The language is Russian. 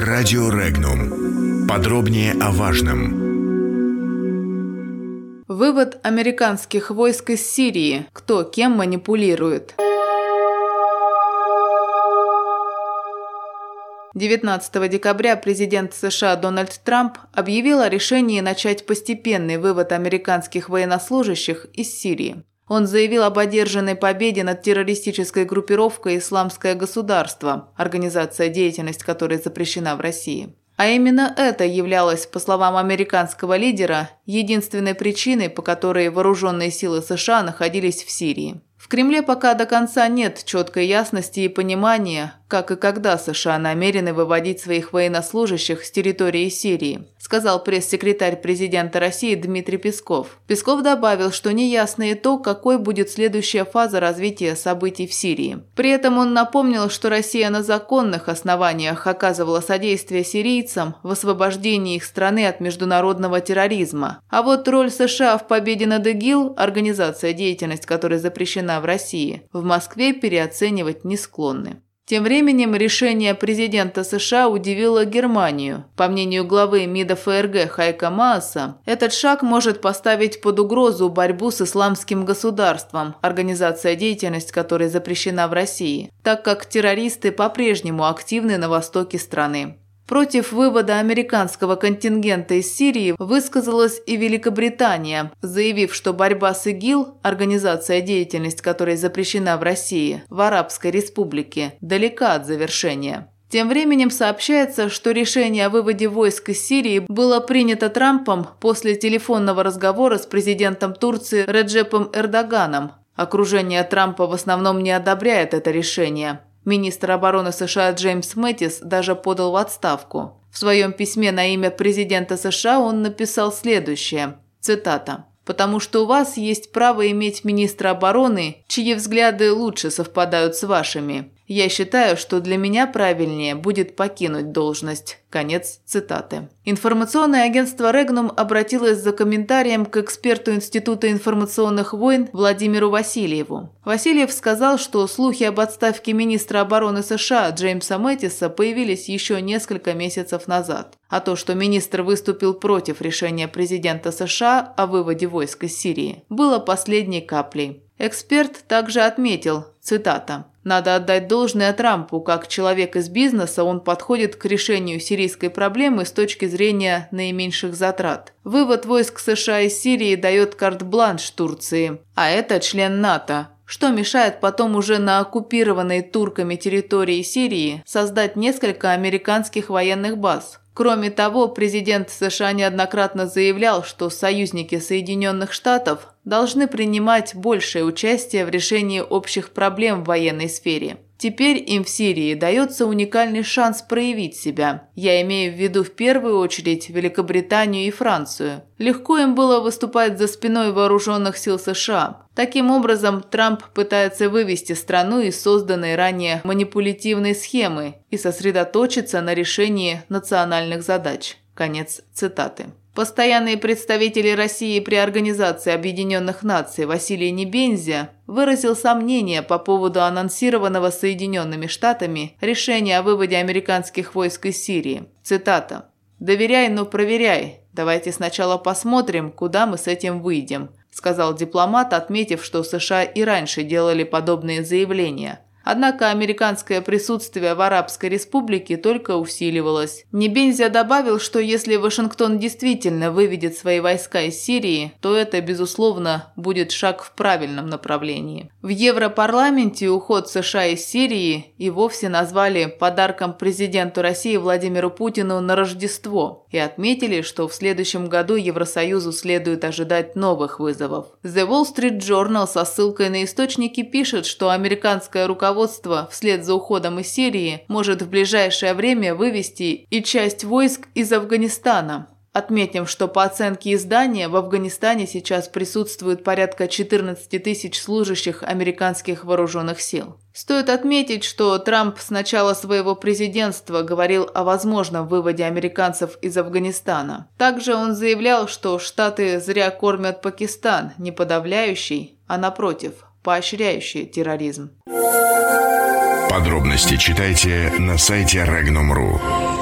Радио Регнум. Подробнее о важном. Вывод американских войск из Сирии. Кто кем манипулирует? 19 декабря президент США Дональд Трамп объявил о решении начать постепенный вывод американских военнослужащих из Сирии. Он заявил об одержанной победе над террористической группировкой «Исламское государство», организация, деятельность которой запрещена в России. А именно это являлось, по словам американского лидера, единственной причиной, по которой вооруженные силы США находились в Сирии. В Кремле пока до конца нет четкой ясности и понимания, как и когда США намерены выводить своих военнослужащих с территории Сирии, сказал пресс-секретарь президента России Дмитрий Песков. Песков добавил, что неясно и то, какой будет следующая фаза развития событий в Сирии. При этом он напомнил, что Россия на законных основаниях оказывала содействие сирийцам в освобождении их страны от международного терроризма. А вот роль США в победе над ИГИЛ, организация, деятельность которой запрещена в России, в Москве переоценивать не склонны. Тем временем решение президента США удивило Германию. По мнению главы МИДа ФРГ Хайка Мааса, этот шаг может поставить под угрозу борьбу с Исламским государством, организация, деятельность которой запрещена в России, так как террористы по-прежнему активны на востоке страны. Против вывода американского контингента из Сирии высказалась и Великобритания, заявив, что борьба с ИГИЛ, организация, деятельность которой запрещена в России, в Арабской Республике, далека от завершения. Тем временем сообщается, что решение о выводе войск из Сирии было принято Трампом после телефонного разговора с президентом Турции Реджепом Эрдоганом. Окружение Трампа в основном не одобряет это решение. Министр обороны США Джеймс Мэттис даже подал в отставку. В своем письме на имя президента США он написал следующее, цитата: «Потому что у вас есть право иметь министра обороны, чьи взгляды лучше совпадают с вашими. Я считаю, что для меня правильнее будет покинуть должность». Конец цитаты. Информационное агентство Регнум обратилось за комментарием к эксперту Института информационных войн Владимиру Васильеву. Васильев сказал, что слухи об отставке министра обороны США Джеймса Мэттиса появились еще несколько месяцев назад. А то, что министр выступил против решения президента США о выводе войск из Сирии, было последней каплей. Эксперт также отметил, цитата: «Надо отдать должное Трампу, как человек из бизнеса он подходит к решению сирийской проблемы с точки зрения наименьших затрат. Вывод войск США из Сирии дает карт-бланш Турции, а это член НАТО. Что мешает потом уже на оккупированной турками территории Сирии создать несколько американских военных баз?» Кроме того, президент США неоднократно заявлял, что союзники Соединенных Штатов должны принимать большее участие в решении общих проблем в военной сфере. Теперь им в Сирии дается уникальный шанс проявить себя. Я имею в виду в первую очередь Великобританию и Францию. Легко им было выступать за спиной вооруженных сил США. Таким образом, Трамп пытается вывести страну из созданной ранее манипулятивной схемы и сосредоточиться на решении национальных задач. Конец цитаты. Постоянный представитель России при Организации Объединенных Наций Василий Небензя выразил сомнения по поводу анонсированного Соединенными Штатами решения о выводе американских войск из Сирии. Цитата: «Доверяй, но проверяй. Давайте сначала посмотрим, куда мы с этим выйдем», сказал дипломат, отметив, что США и раньше делали подобные заявления. Однако американское присутствие в Арабской Республике только усиливалось. Небензя добавил, что если Вашингтон действительно выведет свои войска из Сирии, то это, безусловно, будет шаг в правильном направлении. В Европарламенте уход США из Сирии и вовсе назвали подарком президенту России Владимиру Путину на Рождество и отметили, что в следующем году Евросоюзу следует ожидать новых вызовов. The Wall Street Journal со ссылкой на источники пишет, что американское руководство вслед за уходом из Сирии может в ближайшее время вывести и часть войск из Афганистана. Отметим, что по оценке издания в Афганистане сейчас присутствует порядка 14 тысяч служащих американских вооруженных сил. Стоит отметить, что Трамп с начала своего президентства говорил о возможном выводе американцев из Афганистана. Также он заявлял, что Штаты зря кормят Пакистан, не подавляющий, а напротив, поощряющий терроризм. Подробности читайте на сайте Regnum.ru.